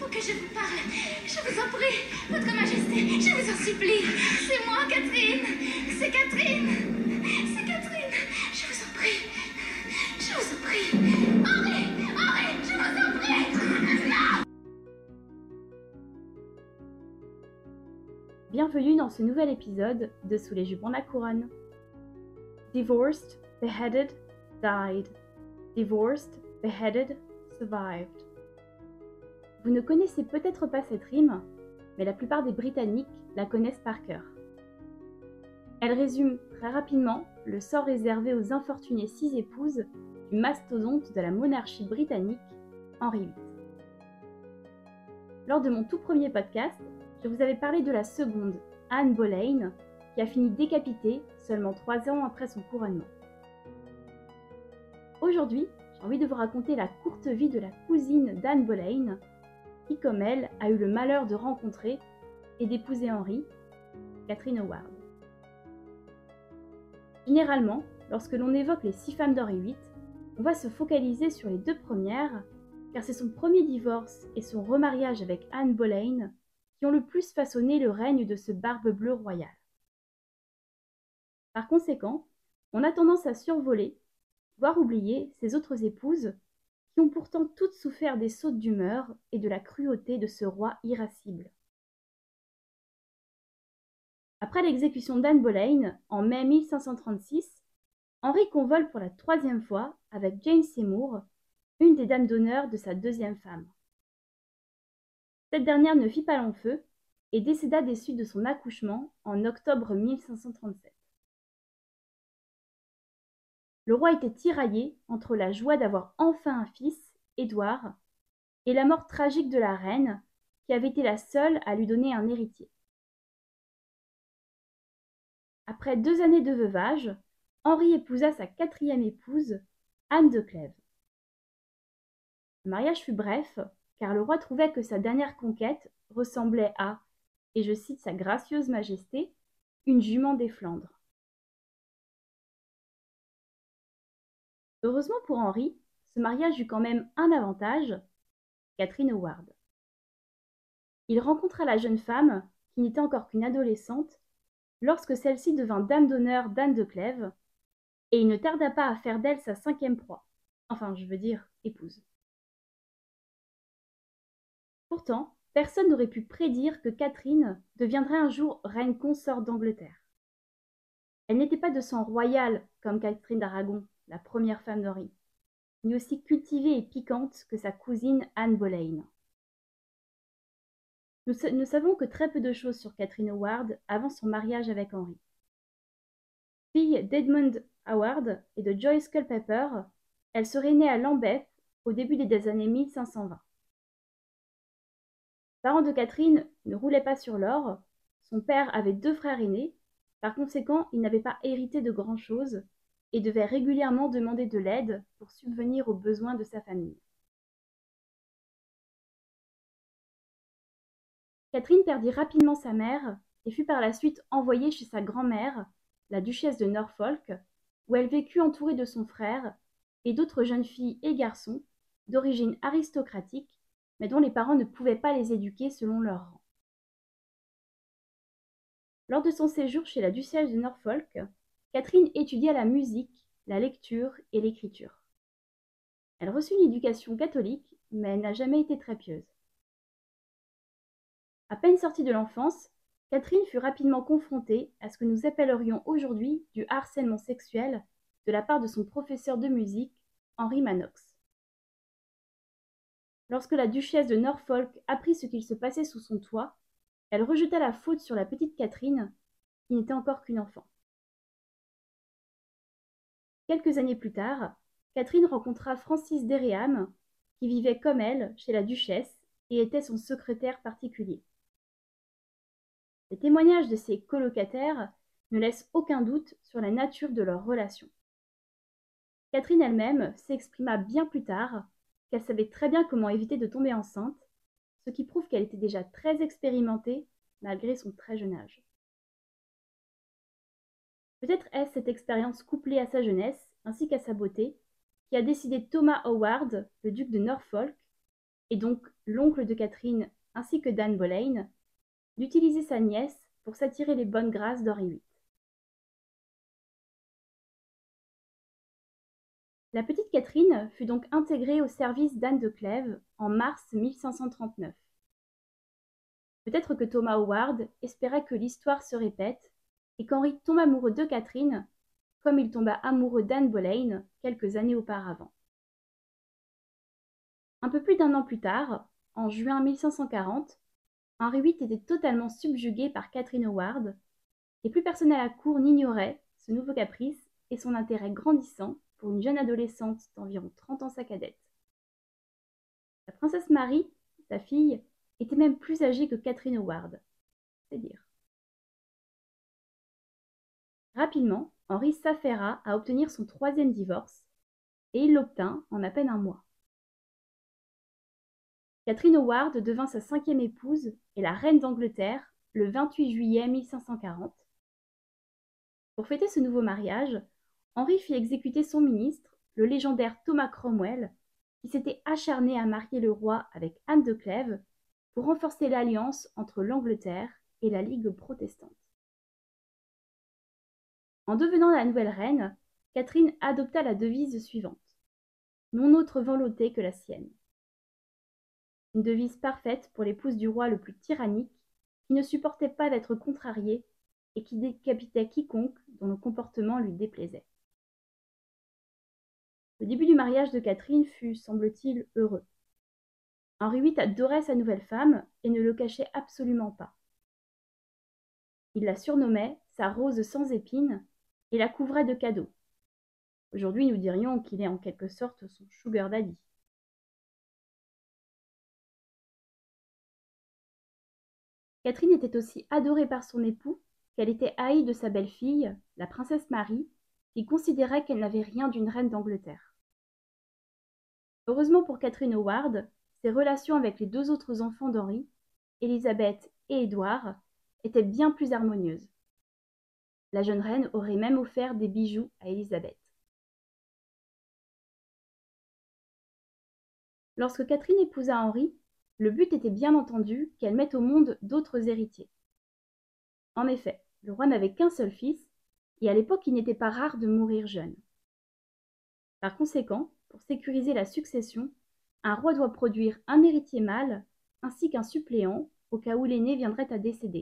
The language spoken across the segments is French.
faut que je vous parle. Je vous en prie, Votre Majesté, je vous en supplie. C'est moi, Catherine. C'est Catherine. C'est Catherine. Je vous en prie. Je vous en prie. Henri, Henri, je vous en prie. Non! Bienvenue dans ce nouvel épisode de Sous les jupons de la couronne. Divorced, beheaded, died. Divorced, beheaded, survived. Vous ne connaissez peut-être pas cette rime, mais la plupart des Britanniques la connaissent par cœur. Elle résume très rapidement le sort réservé aux infortunées 6 épouses du mastodonte de la monarchie britannique, Henri VIII. Lors de mon tout premier podcast, je vous avais parlé de la seconde, Anne Boleyn, qui a fini décapitée seulement 3 ans après son couronnement. Aujourd'hui, j'ai envie de vous raconter la courte vie de la cousine d'Anne Boleyn, qui, comme elle, a eu le malheur de rencontrer et d'épouser Henri, Catherine Howard. Généralement, lorsque l'on évoque les 6 femmes d'Henri VIII, on va se focaliser sur les 2 premières, car c'est son premier divorce et son remariage avec Anne Boleyn qui ont le plus façonné le règne de ce barbe-bleue royal. Par conséquent, on a tendance à survoler, voire oublier ses autres épouses, qui ont pourtant toutes souffert des sautes d'humeur et de la cruauté de ce roi irascible. Après l'exécution d'Anne Boleyn, en mai 1536, Henri convole pour la 3e fois avec Jane Seymour, une des dames d'honneur de sa 2e femme. Cette dernière ne fit pas long feu et décéda des suites de son accouchement en octobre 1537. Le roi était tiraillé entre la joie d'avoir enfin un fils, Édouard, et la mort tragique de la reine, qui avait été la seule à lui donner un héritier. Après 2 années de veuvage, Henri épousa sa 4e épouse, Anne de Clèves. Le mariage fut bref, car le roi trouvait que sa dernière conquête ressemblait à, et je cite sa gracieuse majesté, une jument des Flandres. Heureusement pour Henri, ce mariage eut quand même un avantage, Catherine Howard. Il rencontra la jeune femme, qui n'était encore qu'une adolescente, lorsque celle-ci devint dame d'honneur d'Anne de Clèves, et il ne tarda pas à faire d'elle sa 5e proie, enfin je veux dire épouse. Pourtant, personne n'aurait pu prédire que Catherine deviendrait un jour reine consort d'Angleterre. Elle n'était pas de sang royal comme Catherine d'Aragon, la première femme d'Henri, ni aussi cultivée et piquante que sa cousine Anne Boleyn. Nous ne savons que très peu de choses sur Catherine Howard avant son mariage avec Henri. Fille d'Edmund Howard et de Joyce Culpeper, elle serait née à Lambeth au début des années 1520. Parents de Catherine ne roulaient pas sur l'or, son père avait 2 frères aînés, par conséquent il n'avait pas hérité de grand-chose et devait régulièrement demander de l'aide pour subvenir aux besoins de sa famille. Catherine perdit rapidement sa mère et fut par la suite envoyée chez sa grand-mère, la duchesse de Norfolk, où elle vécut entourée de son frère et d'autres jeunes filles et garçons d'origine aristocratique, mais dont les parents ne pouvaient pas les éduquer selon leur rang. Lors de son séjour chez la duchesse de Norfolk, Catherine étudia la musique, la lecture et l'écriture. Elle reçut une éducation catholique, mais elle n'a jamais été très pieuse. À peine sortie de l'enfance, Catherine fut rapidement confrontée à ce que nous appellerions aujourd'hui du harcèlement sexuel de la part de son professeur de musique, Henry Manox. Lorsque la duchesse de Norfolk apprit ce qu'il se passait sous son toit, elle rejeta la faute sur la petite Catherine, qui n'était encore qu'une enfant. Quelques années plus tard, Catherine rencontra Francis Dereham, qui vivait comme elle chez la duchesse et était son secrétaire particulier. Les témoignages de ses colocataires ne laissent aucun doute sur la nature de leur relation. Catherine elle-même s'exprima bien plus tard qu'elle savait très bien comment éviter de tomber enceinte, ce qui prouve qu'elle était déjà très expérimentée malgré son très jeune âge. Peut-être est-ce cette expérience couplée à sa jeunesse ainsi qu'à sa beauté qui a décidé Thomas Howard, le duc de Norfolk, et donc l'oncle de Catherine ainsi que d'Anne Boleyn, d'utiliser sa nièce pour s'attirer les bonnes grâces d'Henri VIII. La petite Catherine fut donc intégrée au service d'Anne de Clèves en mars 1539. Peut-être que Thomas Howard espérait que l'histoire se répète et qu'Henri tombe amoureux de Catherine comme il tomba amoureux d'Anne Boleyn quelques années auparavant. Un peu plus d'un an plus tard, en juin 1540, Henri VIII était totalement subjugué par Catherine Howard et plus personne à la cour n'ignorait ce nouveau caprice et son intérêt grandissant pour une jeune adolescente d'environ 30 ans sa cadette. La princesse Marie, sa fille, était même plus âgée que Catherine Howard, c'est dire. Rapidement, Henri s'affaira à obtenir son 3e divorce, et il l'obtint en à peine un mois. Catherine Howard devint sa 5e épouse et la reine d'Angleterre le 28 juillet 1540. Pour fêter ce nouveau mariage, Henri fit exécuter son ministre, le légendaire Thomas Cromwell, qui s'était acharné à marier le roi avec Anne de Clèves pour renforcer l'alliance entre l'Angleterre et la Ligue protestante. En devenant la nouvelle reine, Catherine adopta la devise suivante: non autre volonté que la sienne. Une devise parfaite pour l'épouse du roi le plus tyrannique, qui ne supportait pas d'être contrariée et qui décapitait quiconque dont le comportement lui déplaisait. Le début du mariage de Catherine fut, semble-t-il, heureux. Henri VIII adorait sa nouvelle femme et ne le cachait absolument pas. Il la surnommait sa rose sans épines et la couvrait de cadeaux. Aujourd'hui, nous dirions qu'il est en quelque sorte son sugar daddy. Catherine était aussi adorée par son époux qu'elle était haïe de sa belle-fille, la princesse Marie, qui considérait qu'elle n'avait rien d'une reine d'Angleterre. Heureusement pour Catherine Howard, ses relations avec les 2 autres enfants d'Henri, Élisabeth et Édouard, étaient bien plus harmonieuses. La jeune reine aurait même offert des bijoux à Élisabeth. Lorsque Catherine épousa Henri, le but était bien entendu qu'elle mette au monde d'autres héritiers. En effet, le roi n'avait qu'un seul fils, et à l'époque il n'était pas rare de mourir jeune. Par conséquent, pour sécuriser la succession, un roi doit produire un héritier mâle ainsi qu'un suppléant au cas où l'aîné viendrait à décéder.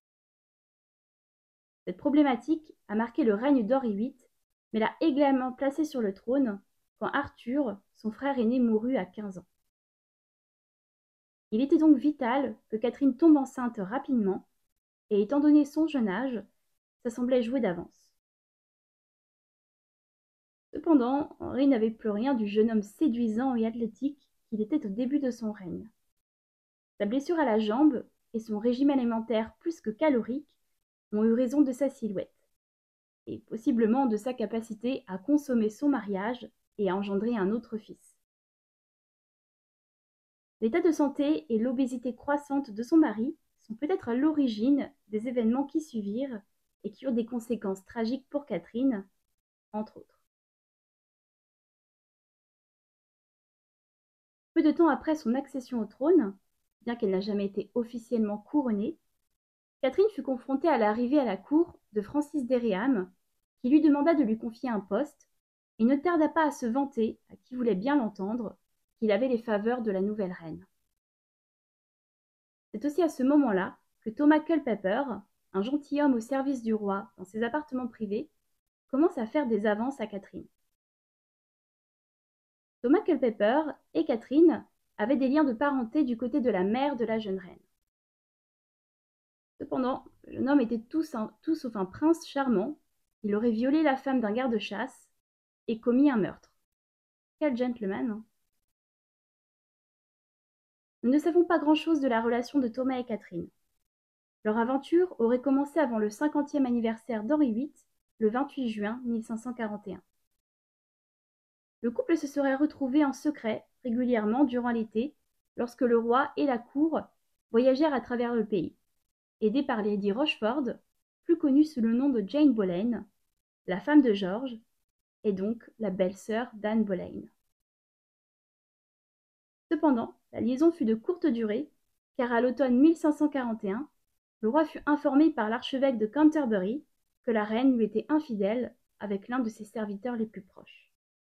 Cette problématique a marqué le règne d'Henri VIII, mais l'a également placé sur le trône quand Arthur, son frère aîné, mourut à 15 ans. Il était donc vital que Catherine tombe enceinte rapidement, et étant donné son jeune âge, ça semblait joué d'avance. Cependant, Henri n'avait plus rien du jeune homme séduisant et athlétique qu'il était au début de son règne. Sa blessure à la jambe et son régime alimentaire plus que calorique ont eu raison de sa silhouette, et possiblement de sa capacité à consommer son mariage et à engendrer un autre fils. L'état de santé et l'obésité croissante de son mari sont peut-être à l'origine des événements qui suivirent et qui eurent des conséquences tragiques pour Catherine, entre autres. Peu de temps après son accession au trône, bien qu'elle n'a jamais été officiellement couronnée, Catherine fut confrontée à l'arrivée à la cour de Francis d'Héréam, qui lui demanda de lui confier un poste, et ne tarda pas à se vanter, à qui voulait bien l'entendre, qu'il avait les faveurs de la nouvelle reine. C'est aussi à ce moment-là que Thomas Culpeper, un gentilhomme au service du roi dans ses appartements privés, commence à faire des avances à Catherine. Thomas Culpeper et Catherine avaient des liens de parenté du côté de la mère de la jeune reine. Cependant, le jeune homme était tout sauf un prince charmant. Il aurait violé la femme d'un garde-chasse et commis un meurtre. Quel gentleman, hein. Nous ne savons pas grand-chose de la relation de Thomas et Catherine. Leur aventure aurait commencé avant le 50e anniversaire d'Henri VIII, le 28 juin 1541. Le couple se serait retrouvé en secret régulièrement durant l'été, lorsque le roi et la cour voyagèrent à travers le pays, aidés par Lady Rochford, plus connue sous le nom de Jane Boleyn, la femme de George, et donc la belle-sœur d'Anne Boleyn. Cependant, la liaison fut de courte durée, car à l'automne 1541, le roi fut informé par l'archevêque de Canterbury que la reine lui était infidèle avec l'un de ses serviteurs les plus proches.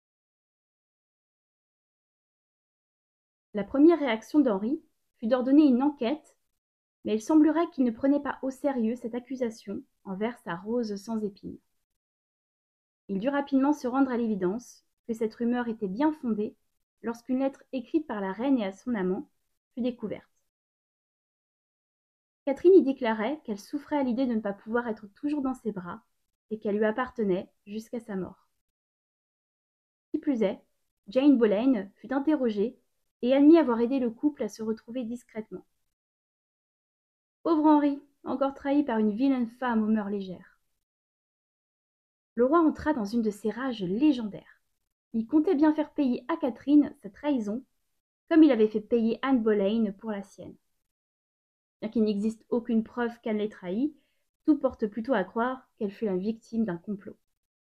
La première réaction d'Henri fut d'ordonner une enquête, mais il semblerait qu'il ne prenait pas au sérieux cette accusation envers sa rose sans épines. Il dut rapidement se rendre à l'évidence que cette rumeur était bien fondée lorsqu'une lettre écrite par la reine et à son amant fut découverte. Catherine y déclarait qu'elle souffrait à l'idée de ne pas pouvoir être toujours dans ses bras et qu'elle lui appartenait jusqu'à sa mort. Qui plus est, Jane Boleyn fut interrogée et admit avoir aidé le couple à se retrouver discrètement. Pauvre Henri, encore trahi par une vilaine femme aux mœurs légères. Le roi entra dans une de ces rages légendaires. Il comptait bien faire payer à Catherine sa trahison, comme il avait fait payer Anne Boleyn pour la sienne. Bien qu'il n'existe aucune preuve qu'elle l'ait trahi, tout porte plutôt à croire qu'elle fut la victime d'un complot.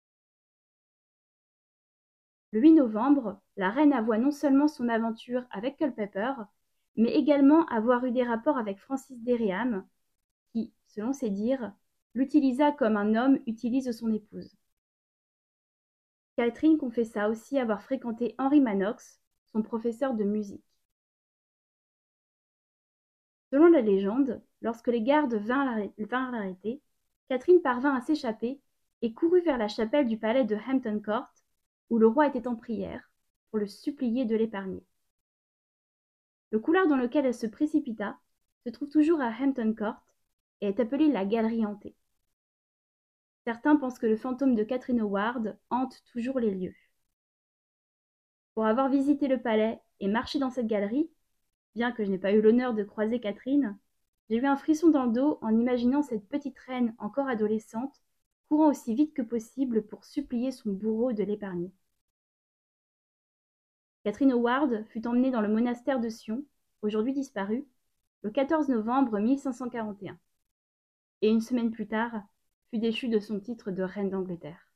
Le 8 novembre, la reine avoua non seulement son aventure avec Culpeper, mais également avoir eu des rapports avec Francis d'Héréam, qui, selon ses dires, l'utilisa comme un homme utilise son épouse. Catherine confessa aussi avoir fréquenté Henry Manox, son professeur de musique. Selon la légende, lorsque les gardes vinrent l'arrêter, Catherine parvint à s'échapper et courut vers la chapelle du palais de Hampton Court, où le roi était en prière, pour le supplier de l'épargner. Le couloir dans lequel elle se précipita se trouve toujours à Hampton Court et est appelé la Galerie hantée. Certains pensent que le fantôme de Catherine Howard hante toujours les lieux. Pour avoir visité le palais et marché dans cette galerie, bien que je n'ai pas eu l'honneur de croiser Catherine, j'ai eu un frisson dans le dos en imaginant cette petite reine encore adolescente courant aussi vite que possible pour supplier son bourreau de l'épargner. Catherine Howard fut emmenée dans le monastère de Sion, aujourd'hui disparu, le 14 novembre 1541, et une semaine plus tard, fut déchue de son titre de reine d'Angleterre.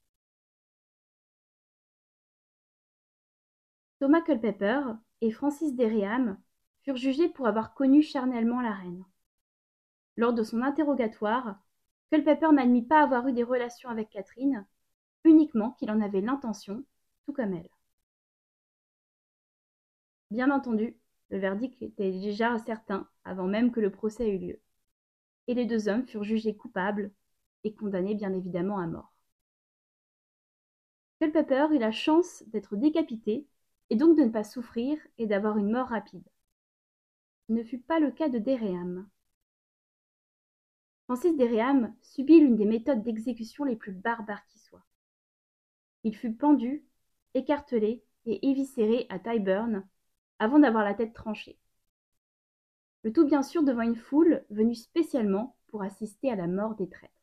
Thomas Culpeper et Francis d'Héréam furent jugés pour avoir connu charnellement la reine. Lors de son interrogatoire, Culpeper n'admit pas avoir eu des relations avec Catherine, uniquement qu'il en avait l'intention, tout comme elle. Bien entendu, le verdict était déjà certain avant même que le procès eût lieu, et les deux hommes furent jugés coupables et condamnés bien évidemment à mort. Culpeper eut la chance d'être décapité et donc de ne pas souffrir et d'avoir une mort rapide. Ce ne fut pas le cas de d'Héréam. Francis d'Héréam subit l'une des méthodes d'exécution les plus barbares qui soient. Il fut pendu, écartelé et éviscéré à Tyburn avant d'avoir la tête tranchée. Le tout bien sûr devant une foule venue spécialement pour assister à la mort des traîtres.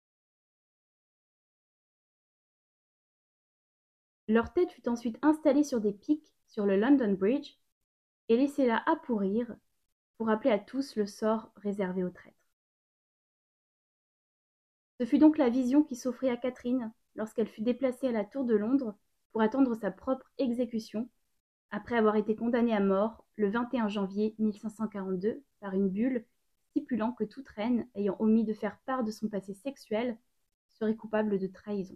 Leur tête fut ensuite installée sur des pics sur le London Bridge et laissée là à pourrir pour rappeler à tous le sort réservé aux traîtres. Ce fut donc la vision qui s'offrit à Catherine lorsqu'elle fut déplacée à la Tour de Londres pour attendre sa propre exécution, après avoir été condamnée à mort le 21 janvier 1542 par une bulle stipulant que toute reine ayant omis de faire part de son passé sexuel serait coupable de trahison.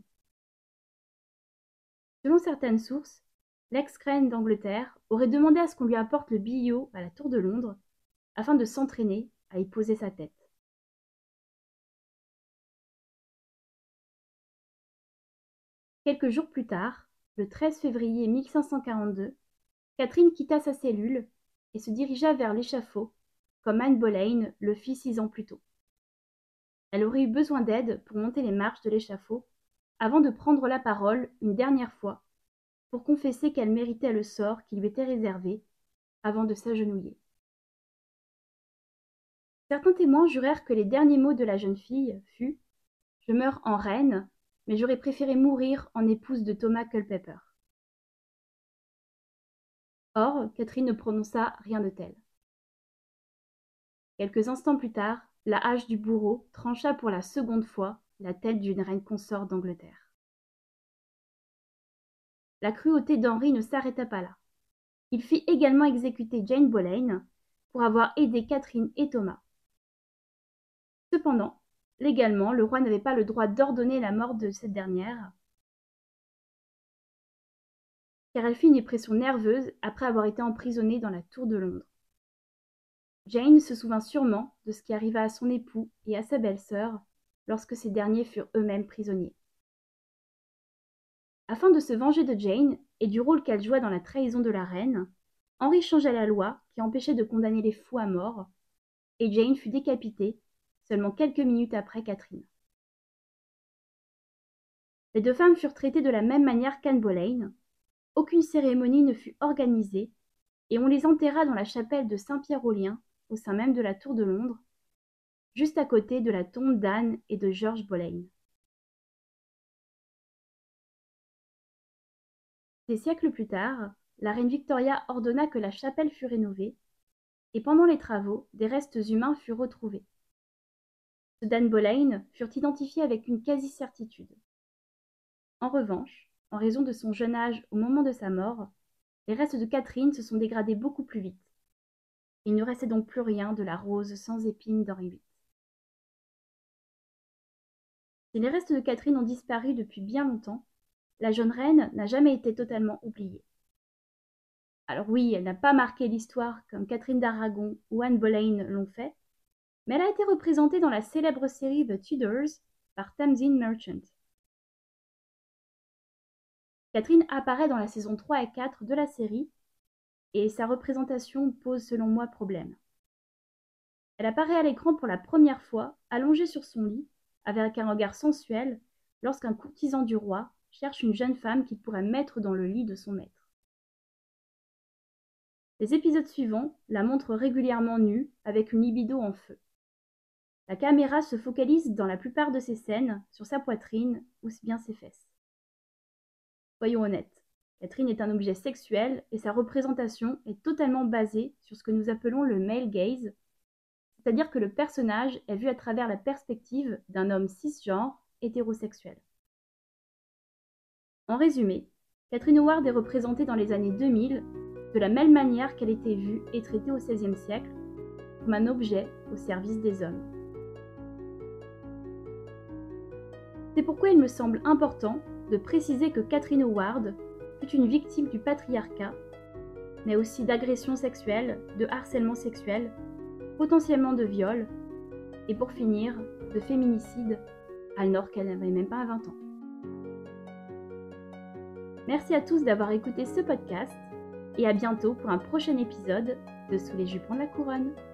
Selon certaines sources, l'ex-reine d'Angleterre aurait demandé à ce qu'on lui apporte le billot à la Tour de Londres afin de s'entraîner à y poser sa tête. Quelques jours plus tard, le 13 février 1542, Catherine quitta sa cellule et se dirigea vers l'échafaud, comme Anne Boleyn le fit 6 ans plus tôt. Elle aurait eu besoin d'aide pour monter les marches de l'échafaud, avant de prendre la parole une dernière fois, pour confesser qu'elle méritait le sort qui lui était réservé, avant de s'agenouiller. Certains témoins jurèrent que les derniers mots de la jeune fille furent « Je meurs en reine, mais j'aurais préféré mourir en épouse de Thomas Culpeper. » Or, Catherine ne prononça rien de tel. Quelques instants plus tard, la hache du bourreau trancha pour la seconde fois la tête d'une reine consort d'Angleterre. La cruauté d'Henri ne s'arrêta pas là. Il fit également exécuter Jane Boleyn pour avoir aidé Catherine et Thomas. Cependant, légalement, le roi n'avait pas le droit d'ordonner la mort de cette dernière, car elle fit une dépression nerveuse après avoir été emprisonnée dans la Tour de Londres. Jane se souvint sûrement de ce qui arriva à son époux et à sa belle-sœur lorsque ces derniers furent eux-mêmes prisonniers. Afin de se venger de Jane et du rôle qu'elle jouait dans la trahison de la reine, Henri changea la loi qui empêchait de condamner les fous à mort, et Jane fut décapitée seulement quelques minutes après Catherine. Les deux femmes furent traitées de la même manière qu'Anne Boleyn. Aucune cérémonie ne fut organisée et on les enterra dans la chapelle de Saint-Pierre-aux-Liens, au sein même de la Tour de Londres, juste à côté de la tombe d'Anne et de George Boleyn. Des siècles plus tard, la reine Victoria ordonna que la chapelle fût rénovée, et pendant les travaux, des restes humains furent retrouvés. Ceux d'Anne Boleyn furent identifiés avec une quasi-certitude. En revanche, en raison de son jeune âge au moment de sa mort, les restes de Catherine se sont dégradés beaucoup plus vite. Il ne restait donc plus rien de la rose sans épines d'Henri VIII. Si les restes de Catherine ont disparu depuis bien longtemps, la jeune reine n'a jamais été totalement oubliée. Alors oui, elle n'a pas marqué l'histoire comme Catherine d'Aragon ou Anne Boleyn l'ont fait, mais elle a été représentée dans la célèbre série The Tudors par Tamsin Merchant. Catherine apparaît dans la saison 3 et 4 de la série, et sa représentation pose selon moi problème. Elle apparaît à l'écran pour la première fois, allongée sur son lit, avec un regard sensuel, lorsqu'un courtisan du roi cherche une jeune femme qu'il pourrait mettre dans le lit de son maître. Les épisodes suivants la montrent régulièrement nue, avec une libido en feu. La caméra se focalise dans la plupart de ces scènes sur sa poitrine ou bien ses fesses. Soyons honnêtes, Catherine est un objet sexuel et sa représentation est totalement basée sur ce que nous appelons le male gaze, c'est-à-dire que le personnage est vu à travers la perspective d'un homme cisgenre hétérosexuel. En résumé, Catherine Howard est représentée dans les années 2000 de la même manière qu'elle était vue et traitée au XVIe siècle, comme un objet au service des hommes. C'est pourquoi il me semble important de préciser que Catherine Howard fut une victime du patriarcat, mais aussi d'agressions sexuelles, de harcèlement sexuel, potentiellement de viol, et pour finir, de féminicide, alors qu'elle n'avait même pas 20 ans. Merci à tous d'avoir écouté ce podcast, et à bientôt pour un prochain épisode de Sous les jupons de la couronne.